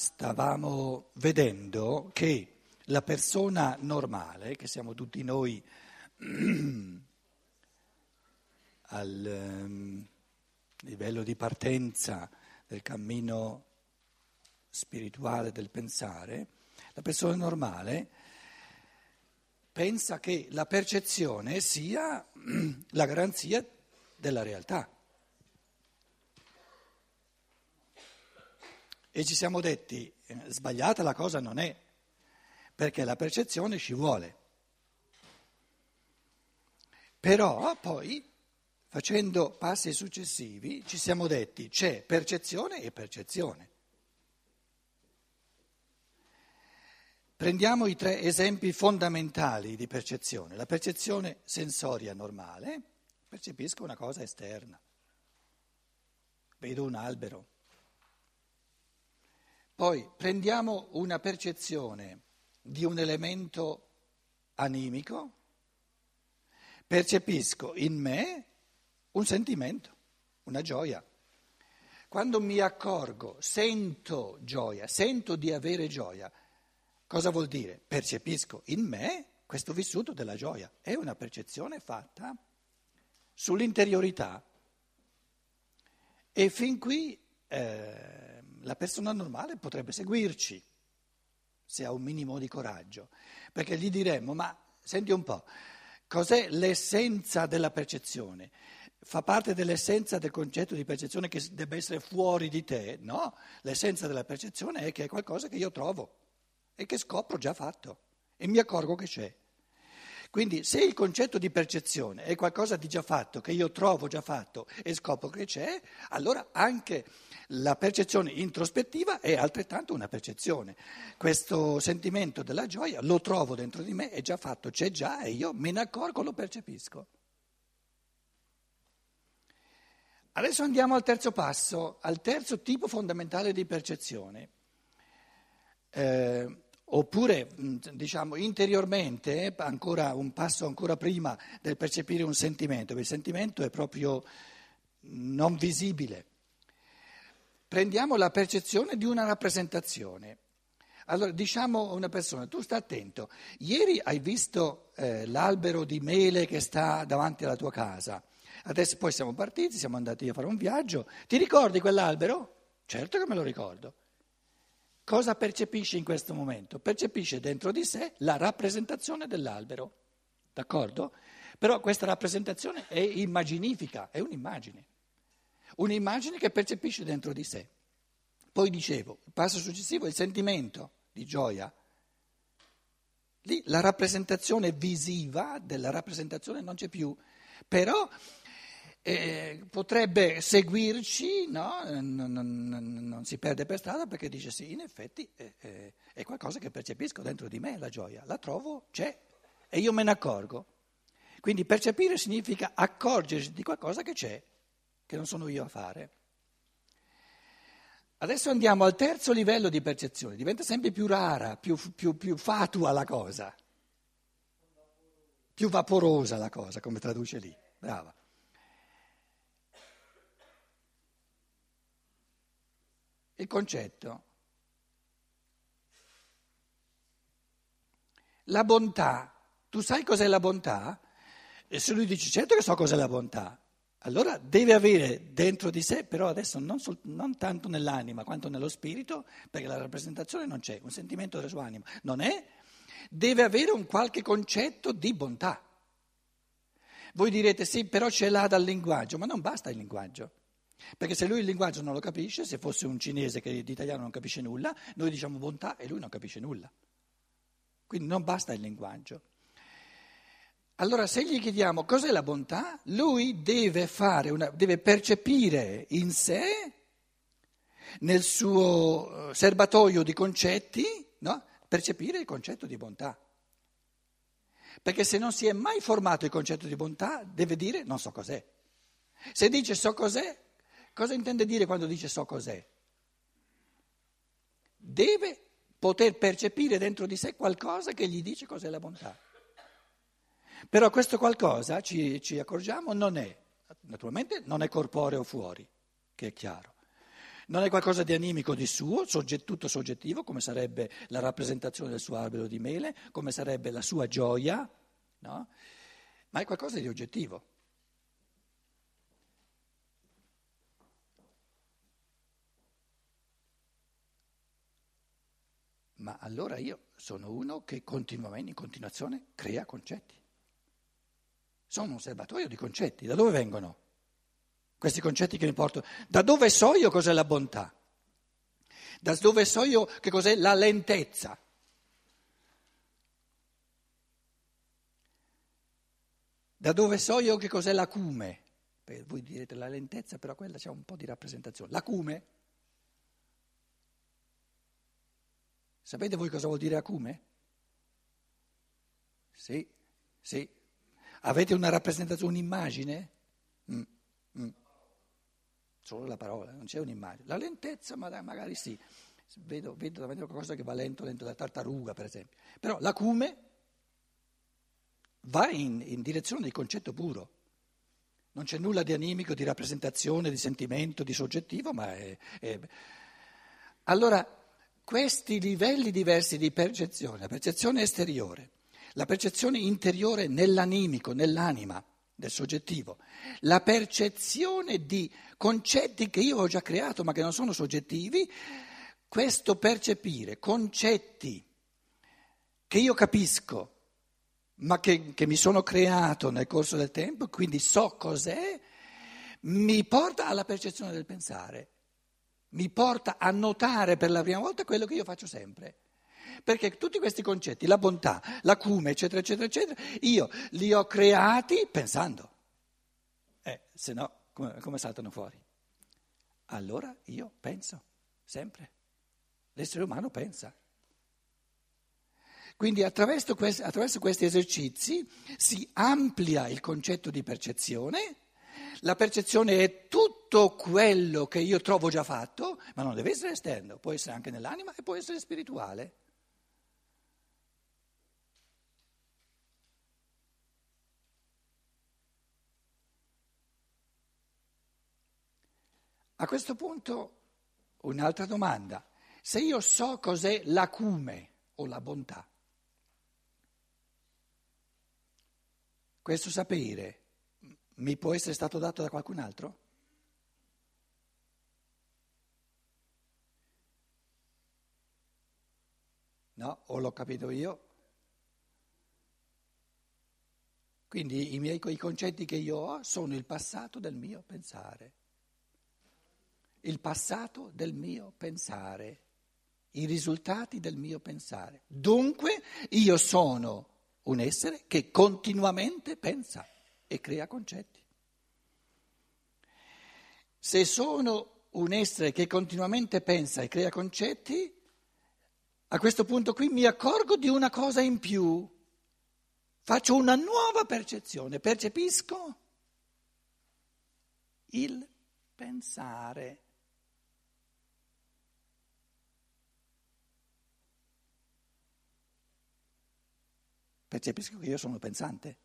stavamo vedendo che la persona normale, che siamo tutti noi al livello di partenza del cammino spirituale del pensare, la persona normale pensa che la percezione sia la garanzia della realtà. E ci siamo detti, sbagliata la cosa non è, perché la percezione ci vuole. Però poi, facendo passi successivi, ci siamo detti c'è percezione e percezione. Prendiamo i 3 esempi fondamentali di percezione. La percezione sensoria normale, percepisco una cosa esterna, vedo un albero. Poi prendiamo una percezione di un elemento animico, percepisco in me un sentimento, una gioia. Quando mi accorgo, sento gioia, sento di avere gioia. Cosa vuol dire? Percepisco in me questo vissuto della gioia. È una percezione fatta sull'interiorità. E fin qui la persona normale potrebbe seguirci, se ha un minimo di coraggio, perché gli diremmo, ma senti un po', cos'è l'essenza della percezione? Fa parte dell'essenza del concetto di percezione che debba essere fuori di te? No, l'essenza della percezione è che è qualcosa che io trovo e che scopro già fatto e mi accorgo che c'è. Quindi se il concetto di percezione è qualcosa di già fatto, che io trovo già fatto e scopro che c'è, allora anche la percezione introspettiva è altrettanto una percezione. Questo sentimento della gioia lo trovo dentro di me, è già fatto, c'è già e io me ne accorgo, lo percepisco. Adesso andiamo al terzo passo, al terzo tipo fondamentale di percezione. Oppure, diciamo, interiormente, ancora un passo ancora prima del percepire un sentimento, perché il sentimento è proprio non visibile. Prendiamo la percezione di una rappresentazione. Allora, diciamo a una persona, tu sta attento, ieri hai visto l'albero di mele che sta davanti alla tua casa, adesso poi siamo partiti, siamo andati a fare un viaggio, ti ricordi quell'albero? Certo che me lo ricordo. Cosa percepisce in questo momento? Percepisce dentro di sé la rappresentazione dell'albero, d'accordo? Però questa rappresentazione è immaginifica, è un'immagine che percepisce dentro di sé. Poi dicevo, il passo successivo è il sentimento di gioia. Lì la rappresentazione visiva della rappresentazione non c'è più, però potrebbe seguirci, no? Non si perde per strada perché dice sì, in effetti è qualcosa che percepisco dentro di me, la gioia, la trovo, c'è e io me ne accorgo. Quindi percepire significa accorgersi di qualcosa che c'è, che non sono io a fare. Adesso andiamo al terzo livello di percezione, diventa sempre più rara, più fatua la cosa, più vaporosa la cosa, come traduce lì, brava. Il concetto. La bontà, tu sai cos'è la bontà? E se lui dice certo che so cos'è la bontà, allora deve avere dentro di sé, però adesso non tanto nell'anima quanto nello spirito, perché la rappresentazione non c'è, un sentimento della sua anima non è, deve avere un qualche concetto di bontà. Voi direte sì, però ce l'ha dal linguaggio, ma non basta il linguaggio. Perché se lui il linguaggio non lo capisce, se fosse un cinese che di italiano non capisce nulla, noi diciamo bontà e lui non capisce nulla. Quindi non basta il linguaggio. Allora se gli chiediamo cos'è la bontà, lui deve percepire in sé, nel suo serbatoio di concetti, no? Percepire il concetto di bontà. Perché se non si è mai formato il concetto di bontà, deve dire non so cos'è. Se dice so cos'è, cosa intende dire quando dice so cos'è? Deve poter percepire dentro di sé qualcosa che gli dice cos'è la bontà. Però questo qualcosa, ci accorgiamo, non è, naturalmente non è corporeo fuori, che è chiaro. Non è qualcosa di animico di suo, tutto soggettivo, come sarebbe la rappresentazione del suo albero di mele, come sarebbe la sua gioia, no? Ma è qualcosa di oggettivo. Ma allora io sono uno che continuamente, in continuazione, crea concetti. Sono un serbatoio di concetti. Da dove vengono questi concetti che mi porto? Da dove so io cos'è la bontà? Da dove so io che cos'è la lentezza? Da dove so io che cos'è l'acume? Voi direte la lentezza, però quella c'è un po' di rappresentazione. L'acume? Sapete voi cosa vuol dire acume? Sì, sì. Avete una rappresentazione, un'immagine? Mm, mm. Solo la parola, non c'è un'immagine. La lentezza magari sì. Vedo davanti a qualcosa che va lento, la tartaruga per esempio. Però l'acume va in direzione del concetto puro. Non c'è nulla di animico, di rappresentazione, di sentimento, di soggettivo, ma è... Allora, questi livelli diversi di percezione, la percezione esteriore, la percezione interiore nell'animico, nell'anima del soggettivo, la percezione di concetti che io ho già creato ma che non sono soggettivi, questo percepire concetti che io capisco ma che mi sono creato nel corso del tempo, quindi so cos'è, mi porta alla percezione del pensare, mi porta a notare per la prima volta quello che io faccio sempre. Perché tutti questi concetti, la bontà, l'acume, eccetera, eccetera, eccetera, io li ho creati pensando. Se no, come saltano fuori? Allora io penso, sempre. L'essere umano pensa. Quindi attraverso questi esercizi si amplia il concetto di percezione. La percezione è tutto quello che io trovo già fatto, ma non deve essere esterno, può essere anche nell'anima e può essere spirituale. A questo punto un'altra domanda. Se io so cos'è l'acume o la bontà, questo sapere mi può essere stato dato da qualcun altro? No? O l'ho capito io? Quindi i concetti che io ho sono il passato del mio pensare. Il passato del mio pensare, i risultati del mio pensare. Dunque io sono un essere che continuamente pensa e crea concetti. Se sono un essere che continuamente pensa e crea concetti, a questo punto qui mi accorgo di una cosa in più, faccio una nuova percezione, percepisco il pensare. Percepisco che io sono pensante.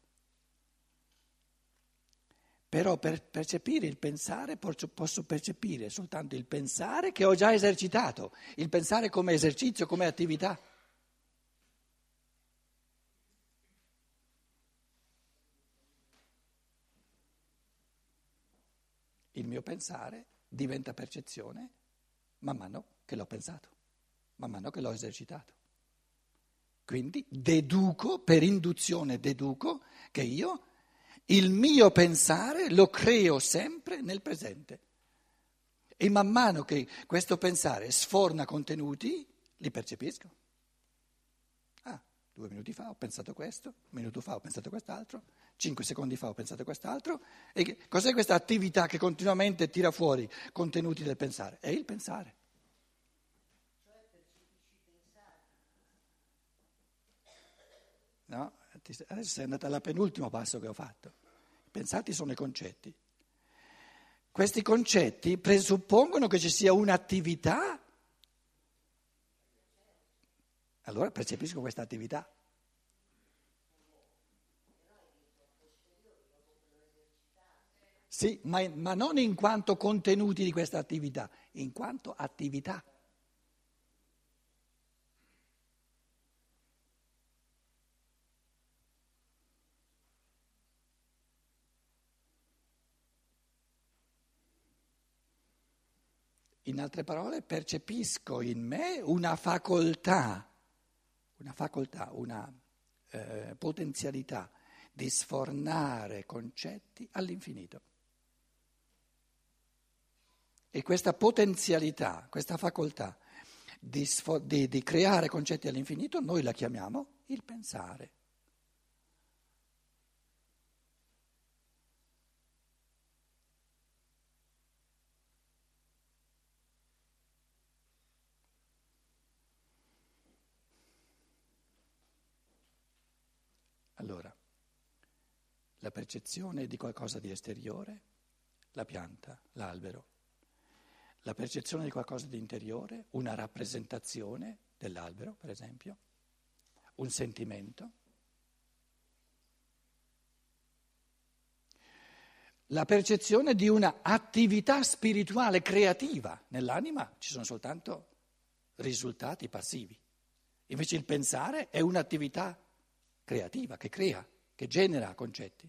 Però per percepire il pensare posso percepire soltanto il pensare che ho già esercitato, il pensare come esercizio, come attività. Il mio pensare diventa percezione man mano che l'ho pensato, man mano che l'ho esercitato. Quindi per induzione deduco che io il mio pensare lo creo sempre nel presente. E man mano che questo pensare sforna contenuti, li percepisco. 2 minuti fa ho pensato questo, 1 minuto fa ho pensato quest'altro, 5 secondi fa ho pensato quest'altro. E cos'è questa attività che continuamente tira fuori contenuti del pensare? È il pensare. No, adesso sei andata al penultimo passo che ho fatto. I pensati sono i concetti. Questi concetti presuppongono che ci sia un'attività. Allora percepisco questa attività. Sì, ma non in quanto contenuti di questa attività, in quanto attività. In altre parole, percepisco in me una potenzialità di sfornare concetti all'infinito. E questa potenzialità, questa facoltà di creare concetti all'infinito, noi la chiamiamo il pensare. Allora, la percezione di qualcosa di esteriore, la pianta, l'albero. La percezione di qualcosa di interiore, una rappresentazione dell'albero, per esempio, un sentimento. La percezione di una attività spirituale creativa. Nell'anima ci sono soltanto risultati passivi. Invece il pensare è un'attività creativa, che crea, che genera concetti.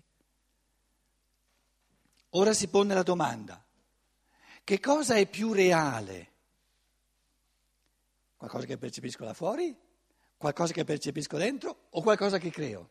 Ora si pone la domanda: che cosa è più reale? Qualcosa che percepisco da fuori? Qualcosa che percepisco dentro? O qualcosa che creo?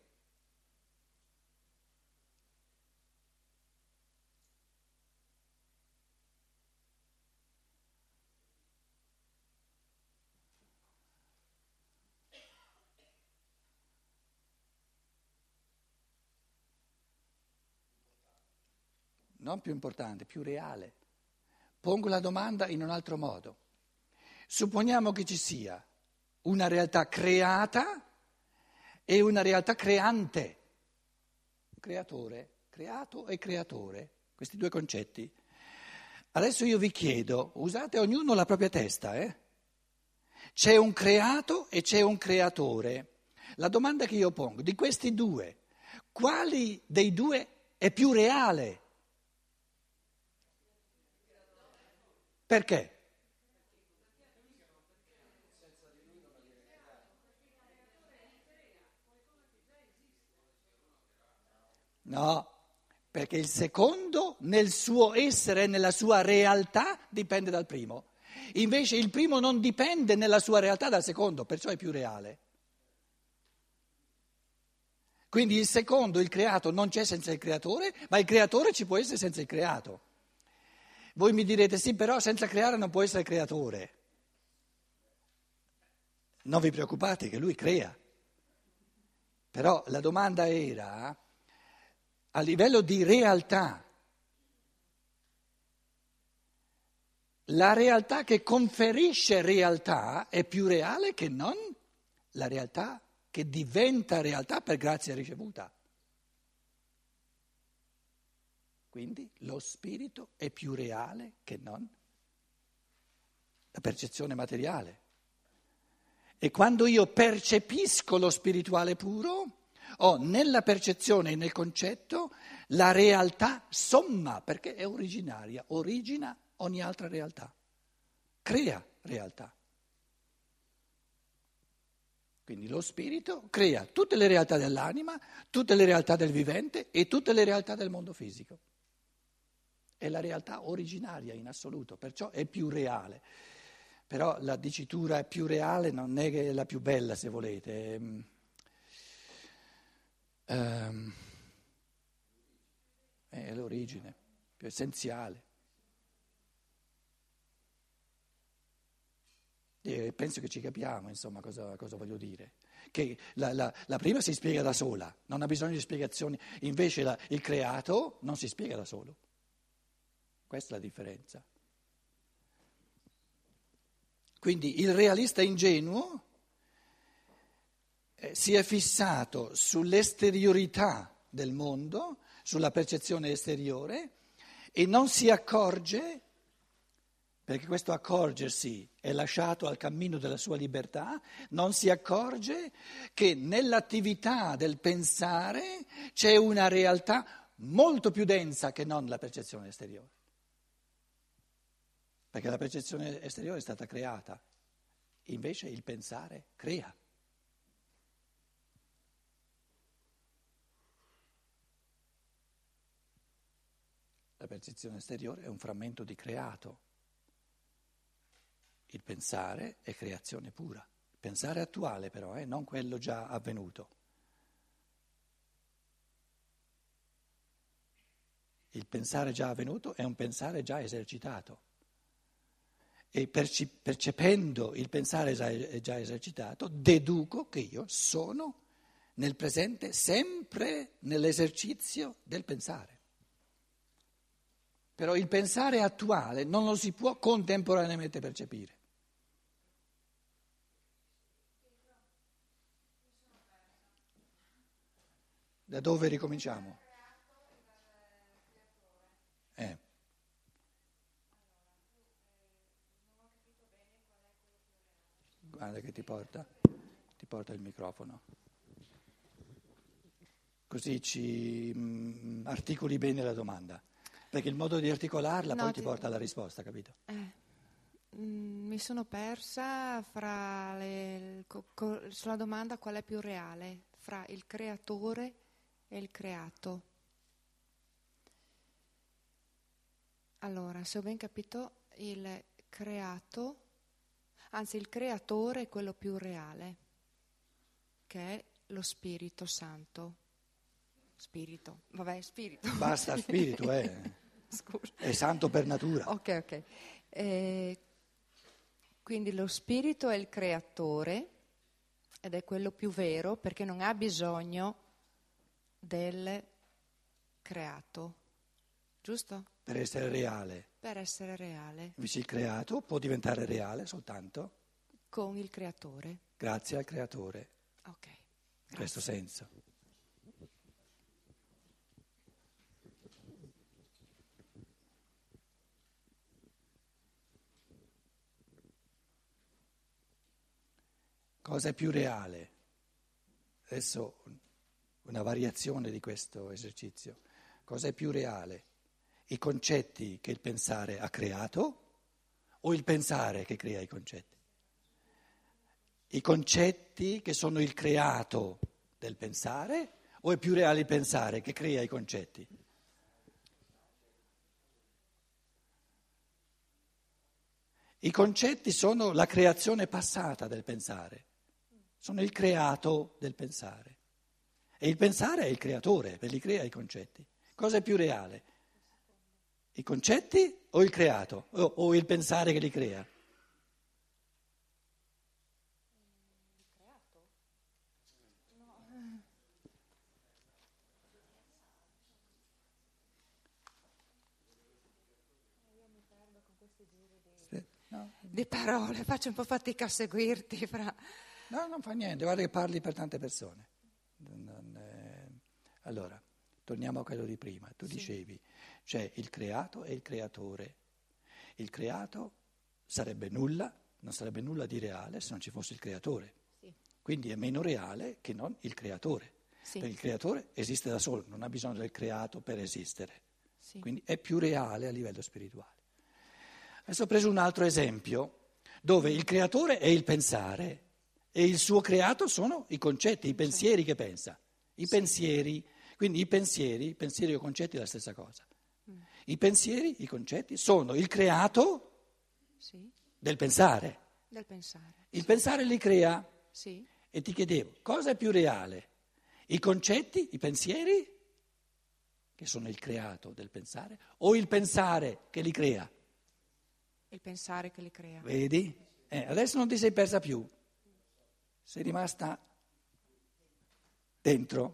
Non più importante, più reale. Pongo la domanda in un altro modo. Supponiamo che ci sia una realtà creata e una realtà creante. Creatore, creato e creatore, questi due concetti. Adesso io vi chiedo, usate ognuno la propria testa, C'è un creato e c'è un creatore. La domanda che io pongo, di questi due, quali dei due è più reale? Perché? No, perché il secondo nel suo essere, nella sua realtà, dipende dal primo. Invece il primo non dipende nella sua realtà dal secondo, perciò è più reale. Quindi il secondo, il creato, non c'è senza il creatore, ma il creatore ci può essere senza il creato. Voi mi direte sì, però senza creare non può essere creatore. Non vi preoccupate che lui crea. Però la domanda era a livello di realtà. La realtà che conferisce realtà è più reale che non la realtà che diventa realtà per grazia ricevuta. Quindi lo spirito è più reale che non la percezione materiale. E quando io percepisco lo spirituale puro, ho nella percezione e nel concetto la realtà somma, perché è originaria, origina ogni altra realtà, crea realtà. Quindi lo spirito crea tutte le realtà dell'anima, tutte le realtà del vivente e tutte le realtà del mondo fisico. È la realtà originaria in assoluto, perciò è più reale. Però la dicitura più reale non è che è la più bella, se volete. È l'origine, più essenziale. E penso che ci capiamo, insomma, cosa voglio dire. Che la prima si spiega da sola, non ha bisogno di spiegazioni, invece il creato non si spiega da solo. Questa è la differenza. Quindi il realista ingenuo si è fissato sull'esteriorità del mondo, sulla percezione esteriore e non si accorge, perché questo accorgersi è lasciato al cammino della sua libertà, non si accorge che nell'attività del pensare c'è una realtà molto più densa che non la percezione esteriore. perché la percezione esteriore è stata creata, invece il pensare crea. La percezione esteriore è un frammento di creato, il pensare è creazione pura, il pensare attuale però, non quello già avvenuto. Il pensare già avvenuto è un pensare già esercitato e percependo il pensare già esercitato deduco che io sono nel presente sempre nell'esercizio del pensare. Però il pensare attuale non lo si può contemporaneamente percepire. Da dove ricominciamo? Guarda che ti porta il microfono. Così ci articoli bene la domanda, perché il modo di articolarla poi ti porta alla risposta, capito? Mi sono persa sulla domanda qual è più reale, fra il creatore e il creato. Allora, se ho ben capito, il creatore è quello più reale, che è lo Spirito Santo. Spirito. Basta, spirito, Scusa. È santo per natura. Ok. Quindi lo spirito è il creatore ed è quello più vero perché non ha bisogno del creato, giusto? Per essere reale. Per essere reale. Invece il creato può diventare reale soltanto con il creatore. Grazie al creatore. Ok. In questo senso. Cosa è più reale? Adesso una variazione di questo esercizio. Cosa è più reale? I concetti che il pensare ha creato o il pensare che crea i concetti? I concetti che sono il creato del pensare o è più reale il pensare che crea i concetti? I concetti sono la creazione passata del pensare, sono il creato del pensare e il pensare è il creatore, perché li crea i concetti. Cosa è più reale? I concetti o il creato o il pensare che li crea? Il creato? No. Io mi perdo con questi giri di parole, faccio un po' fatica a seguirti. No, non fa niente, guarda che parli per tante persone. Allora, torniamo a quello di prima. Tu dicevi, c'è il creato e il creatore. Il creato sarebbe nulla, non sarebbe nulla di reale se non ci fosse il creatore. Sì. Quindi è meno reale che non il creatore. Sì. Perché il creatore esiste da solo, non ha bisogno del creato per esistere. Sì. Quindi è più reale a livello spirituale. Adesso ho preso un altro esempio dove il creatore è il pensare e il suo creato sono i concetti, i pensieri che pensa. I pensieri, quindi i pensieri e i concetti è la stessa cosa. I pensieri, i concetti sono il creato del pensare. Del pensare. Il pensare li crea. Sì. E ti chiedevo, cosa è più reale? I concetti, i pensieri, che sono il creato del pensare, o il pensare che li crea? Il pensare che li crea. Vedi? Adesso non ti sei persa più. Sei rimasta dentro.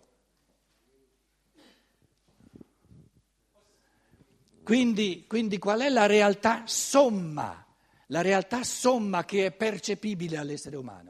Quindi qual è la realtà somma? La realtà somma che è percepibile all'essere umano?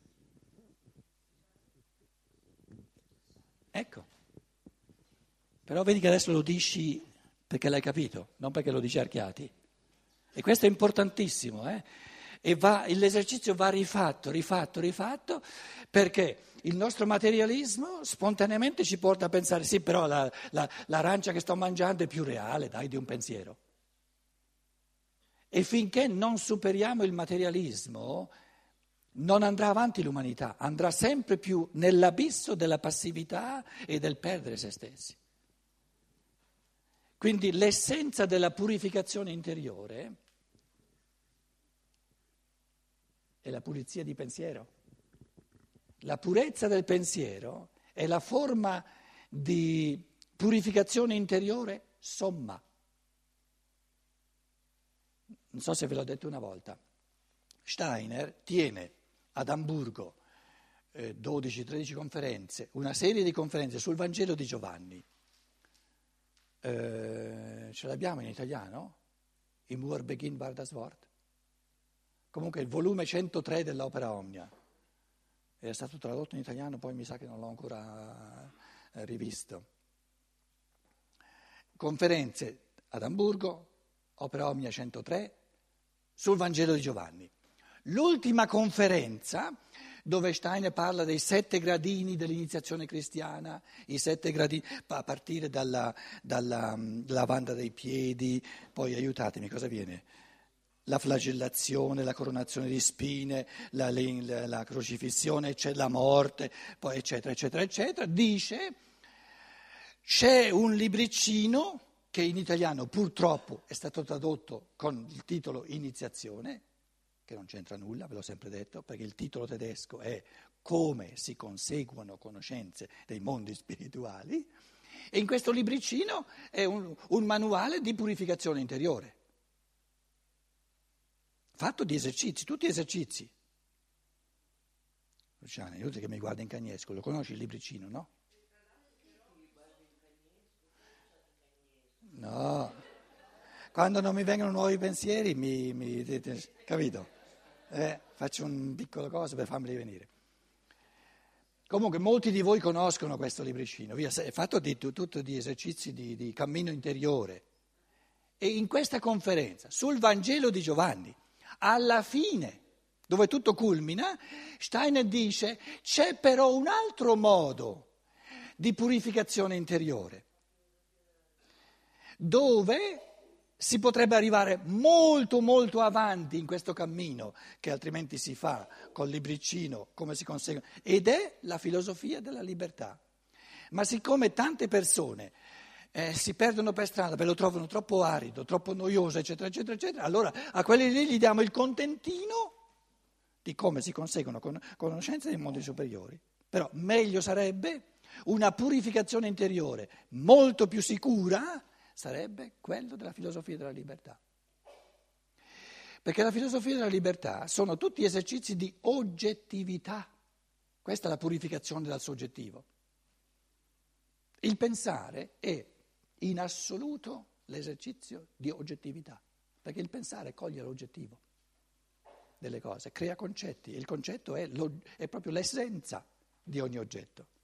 Ecco. Però vedi che adesso lo dici perché l'hai capito, non perché lo dici a Archiati. E questo è importantissimo, E l'esercizio va rifatto, perché il nostro materialismo spontaneamente ci porta a pensare, sì, però l'arancia che sto mangiando è più reale, dai, di un pensiero. E finché non superiamo il materialismo, non andrà avanti l'umanità, andrà sempre più nell'abisso della passività e del perdere se stessi. Quindi l'essenza della purificazione interiore è la pulizia di pensiero. La purezza del pensiero è la forma di purificazione interiore somma. Non so se ve l'ho detto una volta. Steiner tiene ad Amburgo 12-13 conferenze, una serie di conferenze sul Vangelo di Giovanni. Ce l'abbiamo in italiano? Im Urbeginn war das Wort. Comunque il volume 103 dell'Opera Omnia. È stato tradotto in italiano, poi mi sa che non l'ho ancora rivisto. Conferenze ad Amburgo, Opera Omnia 103, sul Vangelo di Giovanni. L'ultima conferenza, dove Steiner parla dei 7 gradini dell'iniziazione cristiana, i 7 gradini a partire dalla lavanda dei piedi, poi aiutatemi, cosa viene? La flagellazione, la coronazione di spine, la crocifissione, la morte, poi eccetera, eccetera, eccetera, dice c'è un libricino che in italiano purtroppo è stato tradotto con il titolo Iniziazione, che non c'entra nulla, ve l'ho sempre detto, perché il titolo tedesco è Come si conseguono conoscenze dei mondi spirituali, e in questo libricino è un manuale di purificazione interiore, fatto di esercizi, tutti esercizi. Luciana, è inutile che mi guardi in cagnesco, lo conosci il libricino, no? No, quando non mi vengono nuovi pensieri capito? Faccio un piccolo cosa per farmeli venire. Comunque molti di voi conoscono questo libricino, è fatto tutto di esercizi di cammino interiore. E in questa conferenza sul Vangelo di Giovanni, alla fine, dove tutto culmina, Steiner dice c'è però un altro modo di purificazione interiore, dove si potrebbe arrivare molto molto avanti in questo cammino che altrimenti si fa col libricino, come si consegue, ed è la filosofia della libertà. Ma siccome tante persone si perdono per strada, ve lo trovano troppo arido, troppo noioso, eccetera, eccetera, eccetera, allora a quelli lì gli diamo il contentino di come si conseguono conoscenze dei mondi superiori. Però meglio sarebbe una purificazione interiore molto più sicura, sarebbe quello della filosofia della libertà. Perché la filosofia della libertà sono tutti esercizi di oggettività. Questa è la purificazione dal soggettivo. Il pensare è in assoluto l'esercizio di oggettività, perché il pensare coglie l'oggettivo delle cose, crea concetti, e il concetto è proprio l'essenza di ogni oggetto.